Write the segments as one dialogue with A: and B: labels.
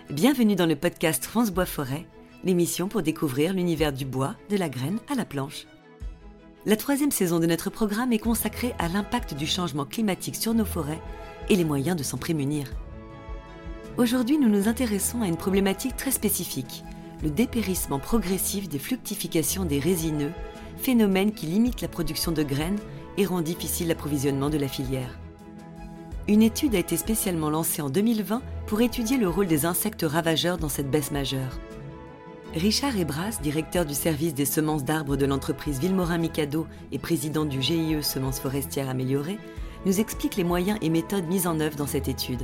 A: Bienvenue dans le podcast France Bois Forêt, l'émission pour découvrir l'univers du bois, de la graine à la planche. La 3e saison de notre programme est consacrée à l'impact du changement climatique sur nos forêts et les moyens de s'en prémunir. Aujourd'hui, nous nous intéressons à une problématique très spécifique, le dépérissement progressif des fructifications des résineux, phénomène qui limite la production de graines et rend difficile l'approvisionnement de la filière. Une étude a été spécialement lancée en 2020 pour étudier le rôle des insectes ravageurs dans cette baisse majeure. Richard Ebras, directeur du service des semences d'arbres de l'entreprise Villemorin-Mikado et président du GIE Semences Forestières Améliorées, nous explique les moyens et méthodes mis en œuvre dans cette étude.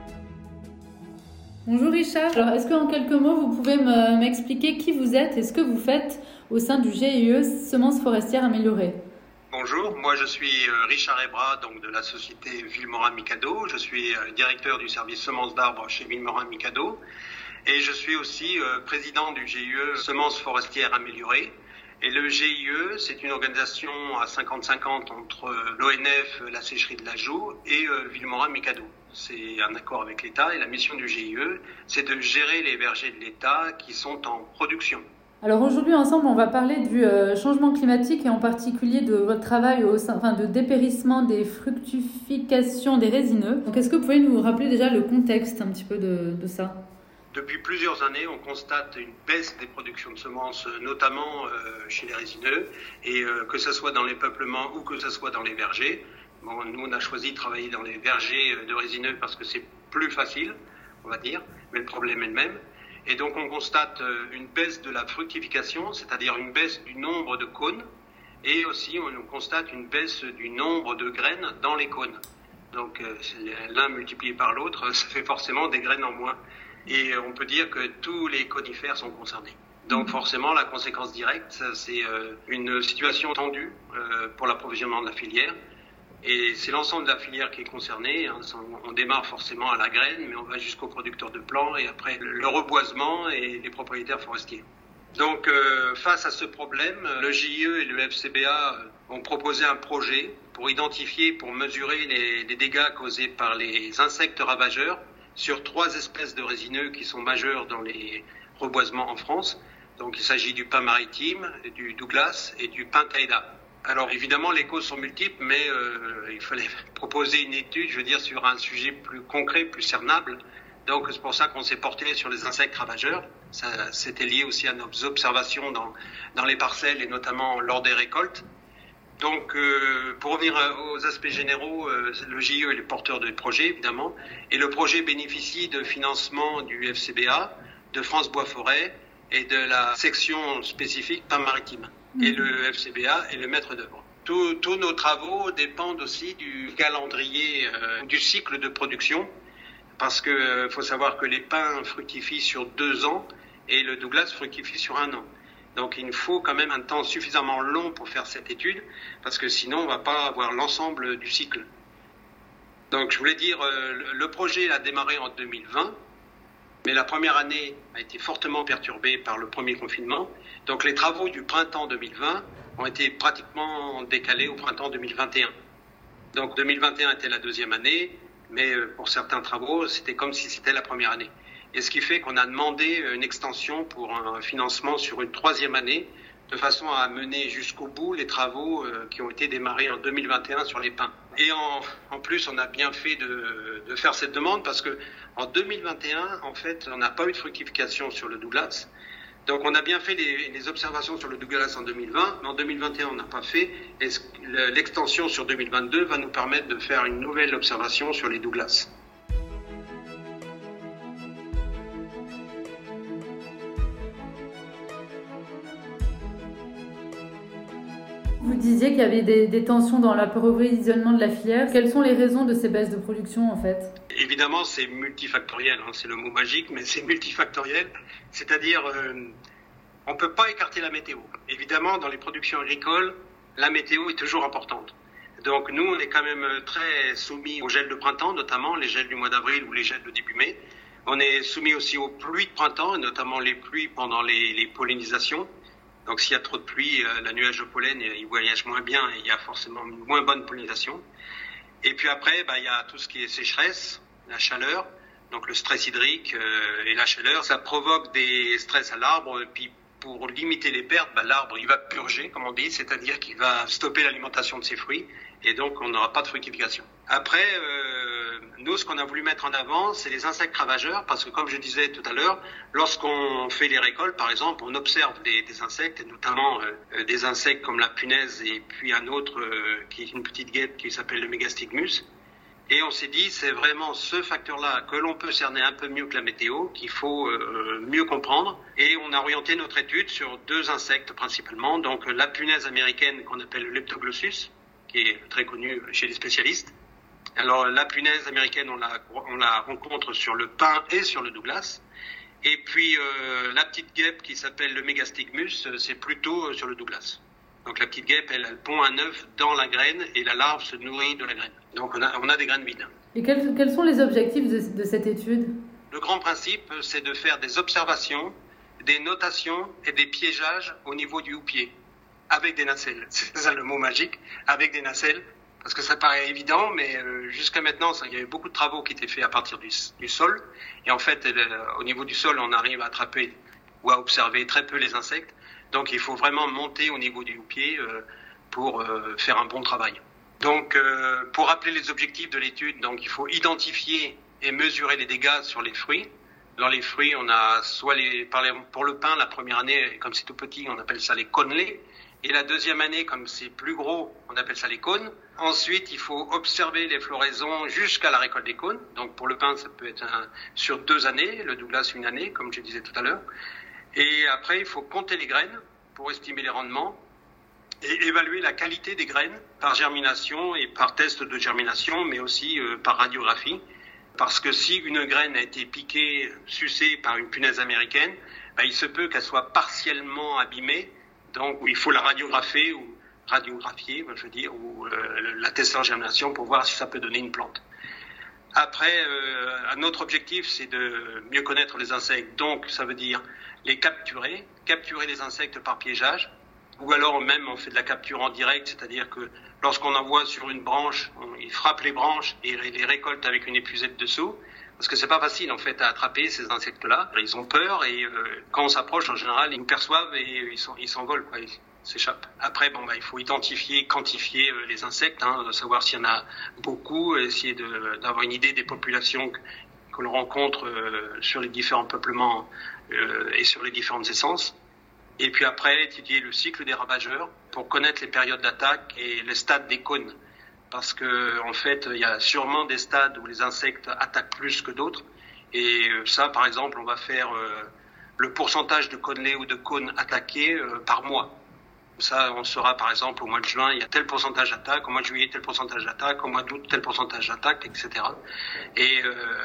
B: Bonjour Richard, alors est-ce qu'en quelques mots vous pouvez m'expliquer qui vous êtes et ce que vous faites au sein du GIE Semences Forestières Améliorées ?
C: Bonjour, moi je suis Richard Ebras, donc de la société Villemorin-Mikado. Je suis directeur du service semences d'arbres chez Villemorin-Mikado et je suis aussi président du GIE Semences Forestières Améliorées. Et le GIE, c'est une organisation à 50-50 entre l'ONF, la sécherie de l'Anjou et Villemorin-Mikado. C'est un accord avec l'État et la mission du GIE, c'est de gérer les vergers de l'État qui sont en production.
B: Alors aujourd'hui, ensemble, on va parler du changement climatique et en particulier de votre travail de dépérissement des fructifications des résineux. Donc, est-ce que vous pouvez nous rappeler déjà le contexte un petit peu de ça ?
C: Depuis plusieurs années, on constate une baisse des productions de semences, notamment chez les résineux, et que ce soit dans les peuplements ou que ce soit dans les vergers. Bon, nous, on a choisi de travailler dans les vergers de résineux parce que c'est plus facile, on va dire, mais le problème est le même. Et donc on constate une baisse de la fructification, c'est-à-dire une baisse du nombre de cônes, et aussi on constate une baisse du nombre de graines dans les cônes. Donc l'un multiplié par l'autre, ça fait forcément des graines en moins. Et on peut dire que tous les conifères sont concernés. Donc forcément la conséquence directe, c'est une situation tendue pour l'approvisionnement de la filière. Et c'est l'ensemble de la filière qui est concernée. On démarre forcément à la graine, mais on va jusqu'aux producteurs de plants et après le reboisement et les propriétaires forestiers. Donc face à ce problème, le GIE et le FCBA ont proposé un projet pour identifier, pour mesurer les dégâts causés par les insectes ravageurs sur 3 espèces de résineux qui sont majeurs dans les reboisements en France. Donc il s'agit du pin maritime, du Douglas et du pin taïda. Alors évidemment, les causes sont multiples, mais il fallait proposer une étude, sur un sujet plus concret, plus cernable. Donc c'est pour ça qu'on s'est porté sur les insectes ravageurs. Ça, c'était lié aussi à nos observations dans les parcelles et notamment lors des récoltes. Donc pour revenir aux aspects généraux, le GIE est le porteur du projet évidemment, et le projet bénéficie de financement du FCBA, de France Bois Forêt et de la section spécifique pin maritime. Et le FCBA est le maître d'œuvre. Tous nos travaux dépendent aussi du calendrier, du cycle de production, parce que faut savoir que les pins fructifient sur 2 ans et le Douglas fructifie sur 1 an. Donc il faut quand même un temps suffisamment long pour faire cette étude, parce que sinon on va pas avoir l'ensemble du cycle. Donc je voulais dire, le projet a démarré en 2020, mais la première année a été fortement perturbée par le premier confinement. Donc les travaux du printemps 2020 ont été pratiquement décalés au printemps 2021. Donc 2021 était la 2e année, mais pour certains travaux, c'était comme si c'était la première année. Et ce qui fait qu'on a demandé une extension pour un financement sur une 3e année, de façon à mener jusqu'au bout les travaux qui ont été démarrés en 2021 sur les pins. Et en plus, on a bien fait de faire cette demande parce que en 2021, en fait, on n'a pas eu de fructification sur le Douglas. Donc on a bien fait les observations sur le Douglas en 2020, mais en 2021 on n'a pas fait. Et l'extension sur 2022 va nous permettre de faire une nouvelle observation sur les Douglas.
B: Vous disiez qu'il y avait des tensions dans l'approvisionnement de la filière. Quelles sont les raisons de ces baisses de production en fait ?
C: Évidemment, c'est multifactoriel, c'est le mot magique, mais c'est multifactoriel. C'est-à-dire, on ne peut pas écarter la météo. Évidemment, dans les productions agricoles, la météo est toujours importante. Donc nous, on est quand même très soumis aux gels de printemps, notamment les gels du mois d'avril ou les gels de début mai. On est soumis aussi aux pluies de printemps, notamment les pluies pendant les pollinisations. Donc s'il y a trop de pluie, la nuage de pollen, il voyage moins bien et il y a forcément une moins bonne pollinisation. Et puis après, il y a tout ce qui est sécheresse, la chaleur. Donc le stress hydrique et la chaleur, ça provoque des stress à l'arbre. Et puis pour limiter les pertes, l'arbre il va purger, comme on dit, c'est-à-dire qu'il va stopper l'alimentation de ses fruits. Et donc on n'aura pas de fructification. Après, nous, ce qu'on a voulu mettre en avant, c'est les insectes ravageurs, parce que comme je disais tout à l'heure, lorsqu'on fait les récoltes, par exemple, on observe des insectes, et notamment des insectes comme la punaise, et puis un autre qui est une petite guêpe qui s'appelle le Megastigmus. Et on s'est dit, c'est vraiment ce facteur-là que l'on peut cerner un peu mieux que la météo, qu'il faut mieux comprendre. Et on a orienté notre étude sur 2 insectes principalement, donc la punaise américaine qu'on appelle le Leptoglossus, qui est très connu chez les spécialistes. Alors la punaise américaine, on la rencontre sur le pin et sur le Douglas. Et puis la petite guêpe qui s'appelle le Megastigmus, c'est plutôt sur le Douglas. Donc la petite guêpe, elle pond un œuf dans la graine et la larve se nourrit de la graine. Donc on a des graines vides.
B: Et quels sont les objectifs de cette étude ?
C: Le grand principe, c'est de faire des observations, des notations et des piégeages au niveau du houppier. Avec des nacelles, c'est ça le mot magique, avec des nacelles, parce que ça paraît évident, mais jusqu'à maintenant, il y avait beaucoup de travaux qui étaient faits à partir du sol, et en fait, au niveau du sol, on arrive à attraper ou à observer très peu les insectes, donc il faut vraiment monter au niveau du houppier pour faire un bon travail. Donc, pour rappeler les objectifs de l'étude, donc il faut identifier et mesurer les dégâts sur les fruits. Dans les fruits, on a soit pour le pain, la première année, comme c'est tout petit, on appelle ça les cônelets. Et la deuxième année, comme c'est plus gros, on appelle ça les cônes. Ensuite, il faut observer les floraisons jusqu'à la récolte des cônes. Donc pour le pain, ça peut être sur 2 années, le Douglas 1 année, comme je disais tout à l'heure. Et après, il faut compter les graines pour estimer les rendements et évaluer la qualité des graines par germination et par test de germination, mais aussi par radiographie. Parce que si une graine a été piquée, sucée par une punaise américaine, il se peut qu'elle soit partiellement abîmée. Donc, il faut la radiographier, ou la tester en germination pour voir si ça peut donner une plante. Après, un autre objectif, c'est de mieux connaître les insectes. Donc, ça veut dire les capturer les insectes par piégeage, ou alors même on fait de la capture en direct, c'est-à-dire que lorsqu'on envoie sur une branche, il frappe les branches et les récolte avec une épuisette dessous. Parce que c'est pas facile en fait à attraper ces insectes-là. Ils ont peur et quand on s'approche en général, ils nous perçoivent et ils s'envolent, ils s'échappent. Après, il faut identifier, quantifier les insectes, savoir s'il y en a beaucoup, essayer d'avoir une idée des populations que l'on rencontre sur les différents peuplements et sur les différentes essences. Et puis après, étudier le cycle des ravageurs pour connaître les périodes d'attaque et les stades des cônes. Parce que en fait, il y a sûrement des stades où les insectes attaquent plus que d'autres. Et ça, par exemple, on va faire le pourcentage de cônelets ou de cônes attaqués par mois. Ça, on saura, par exemple, au mois de juin, il y a tel pourcentage d'attaque, au mois de juillet, tel pourcentage d'attaque, au mois d'août, tel pourcentage d'attaque, etc. Et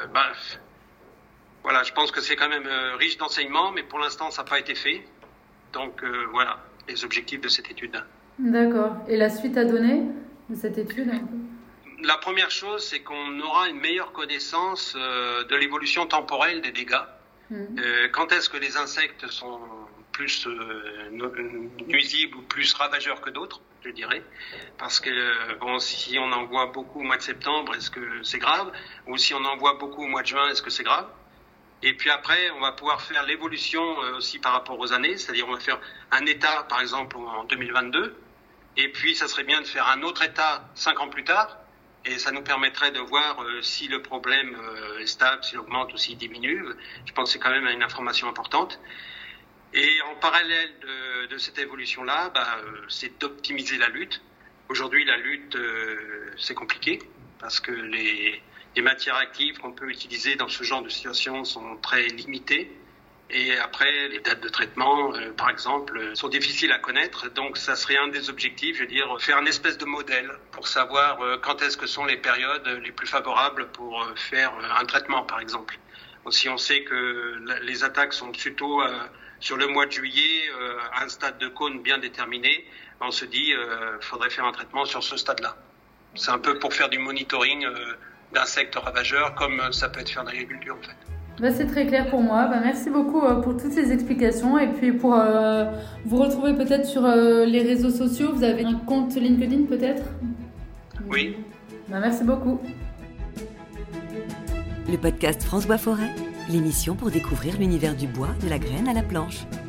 C: voilà, je pense que c'est quand même riche d'enseignements, mais pour l'instant, ça n'a pas été fait. Donc voilà, les objectifs de cette étude.
B: D'accord. Et la suite à donner de cette étude?
C: La première chose, c'est qu'on aura une meilleure connaissance de l'évolution temporelle des dégâts. Quand est-ce que les insectes sont plus nuisibles ou plus ravageurs que d'autres, je dirais. Parce que si on en voit beaucoup au mois de septembre, est-ce que c'est grave? Ou si on en voit beaucoup au mois de juin, est-ce que c'est grave? Et puis après, on va pouvoir faire l'évolution aussi par rapport aux années, c'est-à-dire on va faire un état, par exemple, en 2022, et puis ça serait bien de faire un autre état 5 ans plus tard, et ça nous permettrait de voir si le problème est stable, s'il augmente ou s'il diminue. Je pense que c'est quand même une information importante. Et en parallèle de cette évolution-là, c'est d'optimiser la lutte. Aujourd'hui, la lutte, c'est compliqué, parce que les matières actives qu'on peut utiliser dans ce genre de situation sont très limitées. Et après, les dates de traitement, par exemple, sont difficiles à connaître. Donc, ça serait un des objectifs, je veux dire, faire une espèce de modèle pour savoir quand est-ce que sont les périodes les plus favorables pour faire un traitement, par exemple. Donc, si on sait que les attaques sont plutôt sur le mois de juillet, à un stade de cône bien déterminé, on se dit faudrait faire un traitement sur ce stade-là. C'est un peu pour faire du monitoring d'insectes ravageurs, comme ça peut être fait en agriculture, en fait.
B: C'est très clair pour moi. Merci beaucoup pour toutes ces explications. Et puis pour vous retrouver peut-être sur les réseaux sociaux, vous avez un compte LinkedIn peut-être?
C: Oui.
B: Merci beaucoup.
A: Le podcast France Bois Forêt, l'émission pour découvrir l'univers du bois, de la graine à la planche.